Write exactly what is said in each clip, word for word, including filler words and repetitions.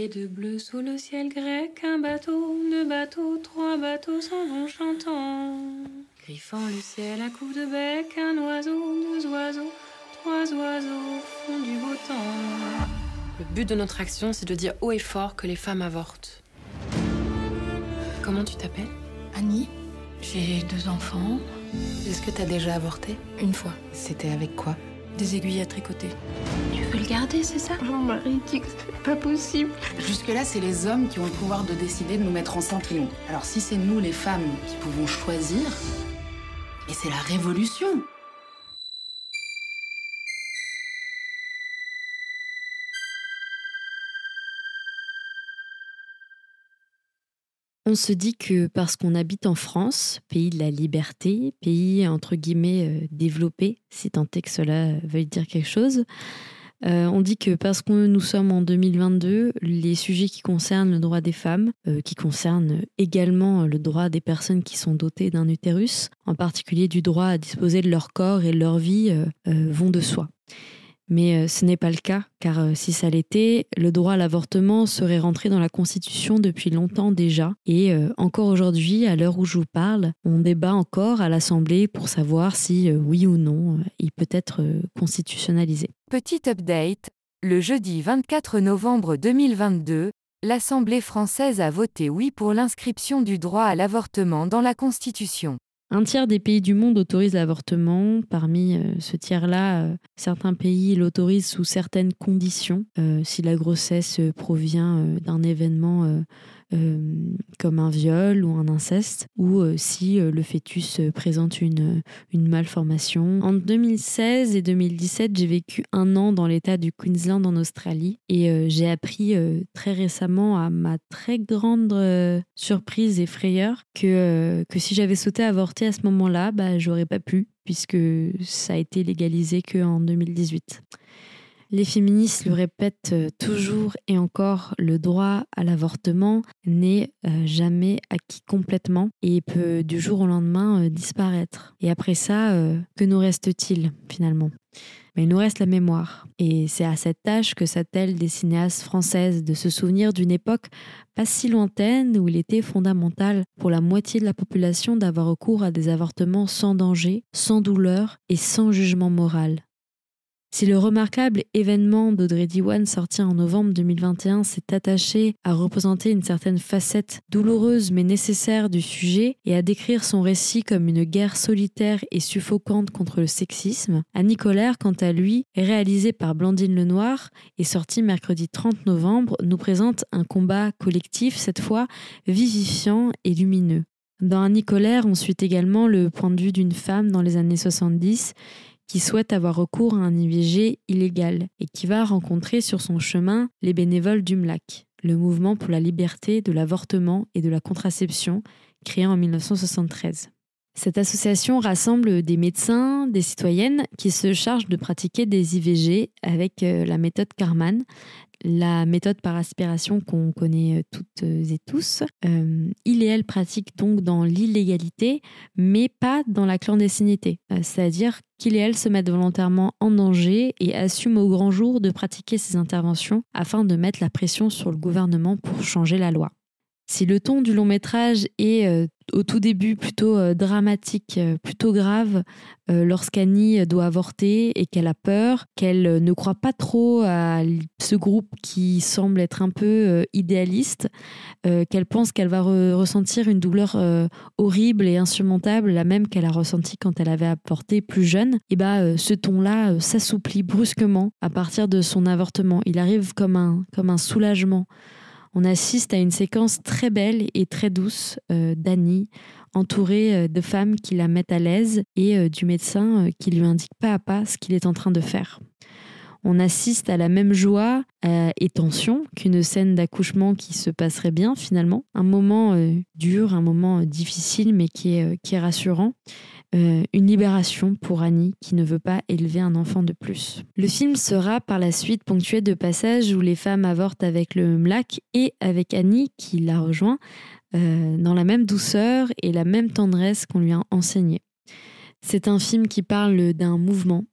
Et de bleu sous le ciel grec, un bateau, deux bateaux, trois bateaux s'en vont chantant. Griffant le ciel à coups de bec, un oiseau, deux oiseaux, trois oiseaux font du beau temps. Le but de notre action, c'est de dire haut et fort que les femmes avortent. Comment tu t'appelles ? Annie, j'ai deux enfants. Est-ce que t'as déjà avorté ? Une fois. C'était avec quoi ? Des aiguilles à tricoter. Tu veux le garder, c'est ça ? Mon mari dit que c'est pas possible. Jusque-là, c'est les hommes qui ont le pouvoir de décider de nous mettre enceintes ou non. Alors si c'est nous, les femmes, qui pouvons choisir, mais c'est la révolution. On se dit que parce qu'on habite en France, pays de la liberté, pays entre guillemets euh, développé, si tant est que cela veuille dire quelque chose, euh, on dit que parce que nous sommes en deux mille vingt-deux, les sujets qui concernent le droit des femmes, euh, qui concernent également le droit des personnes qui sont dotées d'un utérus, en particulier du droit à disposer de leur corps et de leur vie, euh, euh, vont de soi. Mais ce n'est pas le cas, car si ça l'était, le droit à l'avortement serait rentré dans la Constitution depuis longtemps déjà. Et encore aujourd'hui, à l'heure où je vous parle, on débat encore à l'Assemblée pour savoir si, oui ou non, il peut être constitutionnalisé. Petit update, le jeudi vingt-quatre novembre deux mille vingt-deux, l'Assemblée française a voté oui pour l'inscription du droit à l'avortement dans la Constitution. Un tiers des pays du monde autorisent l'avortement. Parmi euh, ce tiers-là, euh, certains pays l'autorisent sous certaines conditions. Euh, si la grossesse provient euh, d'un événement euh, euh, comme un viol ou un inceste, ou euh, si euh, le fœtus euh, présente une, une malformation. En deux mille seize et deux mille dix-sept, j'ai vécu un an dans l'état du Queensland en Australie et euh, j'ai appris euh, très récemment, à ma très grande euh, surprise et frayeur, que, euh, que si j'avais sauté avorter à ce moment-là, bah, j'aurais pas pu, puisque ça a été légalisé qu'en deux mille dix-huit. Les féministes le répètent toujours et encore, le droit à l'avortement n'est euh, jamais acquis complètement et peut du jour au lendemain euh, disparaître. Et après ça, euh, que nous reste-t-il finalement ? Mais il nous reste la mémoire. Et c'est à cette tâche que s'attellent des cinéastes françaises de se souvenir d'une époque pas si lointaine où il était fondamental pour la moitié de la population d'avoir recours à des avortements sans danger, sans douleur et sans jugement moral. Si le remarquable événement d'Audrey Diwan sorti en novembre deux mille vingt et un s'est attaché à représenter une certaine facette douloureuse mais nécessaire du sujet et à décrire son récit comme une guerre solitaire et suffocante contre le sexisme, Annie Colère, quant à lui, réalisé par Blandine Lenoir et sorti mercredi trente novembre, nous présente un combat collectif, cette fois vivifiant et lumineux. Dans Annie Colère, on suit également le point de vue d'une femme dans les années soixante-dix qui souhaite avoir recours à un I V G illégal et qui va rencontrer sur son chemin les bénévoles du M L A C, le mouvement pour la liberté de l'avortement et de la contraception, créé en dix-neuf cent soixante-treize. Cette association rassemble des médecins, des citoyennes qui se chargent de pratiquer des I V G avec la méthode Karman, la méthode par aspiration qu'on connaît toutes et tous. Euh, il et elle pratiquent donc dans l'illégalité, mais pas dans la clandestinité. Euh, c'est-à-dire qu'il et elle se mettent volontairement en danger et assument au grand jour de pratiquer ces interventions afin de mettre la pression sur le gouvernement pour changer la loi. Si le ton du long métrage est euh, au tout début plutôt euh, dramatique, euh, plutôt grave, euh, lorsqu'Annie doit avorter et qu'elle a peur, qu'elle euh, ne croit pas trop à ce groupe qui semble être un peu euh, idéaliste, euh, qu'elle pense qu'elle va re- ressentir une douleur euh, horrible et insurmontable, la même qu'elle a ressentie quand elle avait avorté plus jeune, et bah, euh, ce ton-là euh, s'assouplit brusquement à partir de son avortement. Il arrive comme un, comme un soulagement. On assiste à une séquence très belle et très douce euh, d'Annie, entourée euh, de femmes qui la mettent à l'aise et euh, du médecin euh, qui lui indique pas à pas ce qu'il est en train de faire. On assiste à la même joie euh, et tension qu'une scène d'accouchement qui se passerait bien finalement. Un moment euh, dur, un moment euh, difficile mais qui est, euh, qui est rassurant. Euh, une libération pour Annie qui ne veut pas élever un enfant de plus. Le film sera par la suite ponctué de passages où les femmes avortent avec le M L A C et avec Annie qui la rejoint euh, dans la même douceur et la même tendresse qu'on lui a enseigné. C'est un film qui parle d'un mouvement,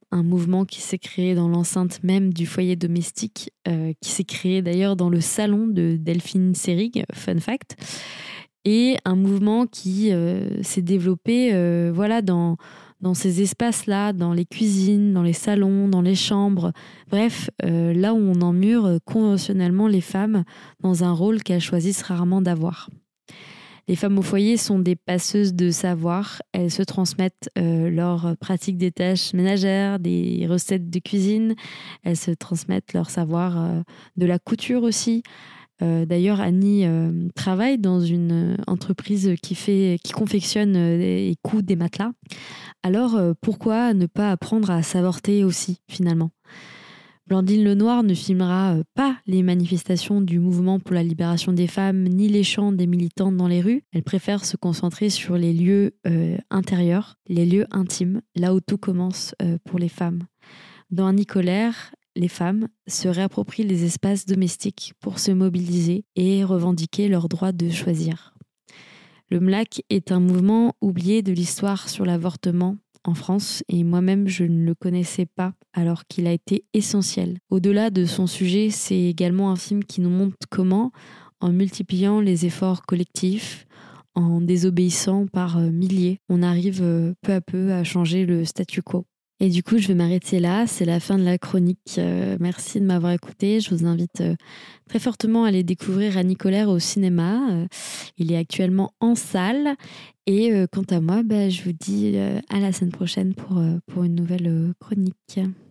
un mouvement qui s'est créé dans l'enceinte même du foyer domestique, euh, qui s'est créé d'ailleurs dans le salon de Delphine Seyrig, fun fact, et un mouvement qui euh, s'est développé euh, voilà, dans, dans ces espaces-là, dans les cuisines, dans les salons, dans les chambres, bref, euh, là où on emmure conventionnellement les femmes dans un rôle qu'elles choisissent rarement d'avoir. Les femmes au foyer sont des passeuses de savoir. Elles se transmettent euh, leur pratique des tâches ménagères, des recettes de cuisine. Elles se transmettent leur savoir euh, de la couture aussi. Euh, d'ailleurs, Annie euh, travaille dans une entreprise qui, fait, qui confectionne et coud des matelas. Alors, euh, pourquoi ne pas apprendre à s'avorter aussi, finalement ? Blandine Lenoir ne filmera pas les manifestations du mouvement pour la libération des femmes ni les chants des militantes dans les rues. Elle préfère se concentrer sur les lieux euh, intérieurs, les lieux intimes, là où tout commence euh, pour les femmes. Dans Annie Colère, les femmes se réapproprient les espaces domestiques pour se mobiliser et revendiquer leur droit de choisir. Le M L A C est un mouvement oublié de l'histoire sur l'avortement en France, et moi-même je ne le connaissais pas alors qu'il a été essentiel. Au-delà de son sujet, c'est également un film qui nous montre comment, en multipliant les efforts collectifs, en désobéissant par milliers, on arrive peu à peu à changer le statu quo. Et du coup, je vais m'arrêter là. C'est la fin de la chronique. Euh, merci de m'avoir écouté. Je vous invite euh, très fortement à aller découvrir Annie Colère au cinéma. Euh, il est actuellement en salle. Et euh, quant à moi, bah, je vous dis euh, à la semaine prochaine pour, euh, pour une nouvelle euh, chronique.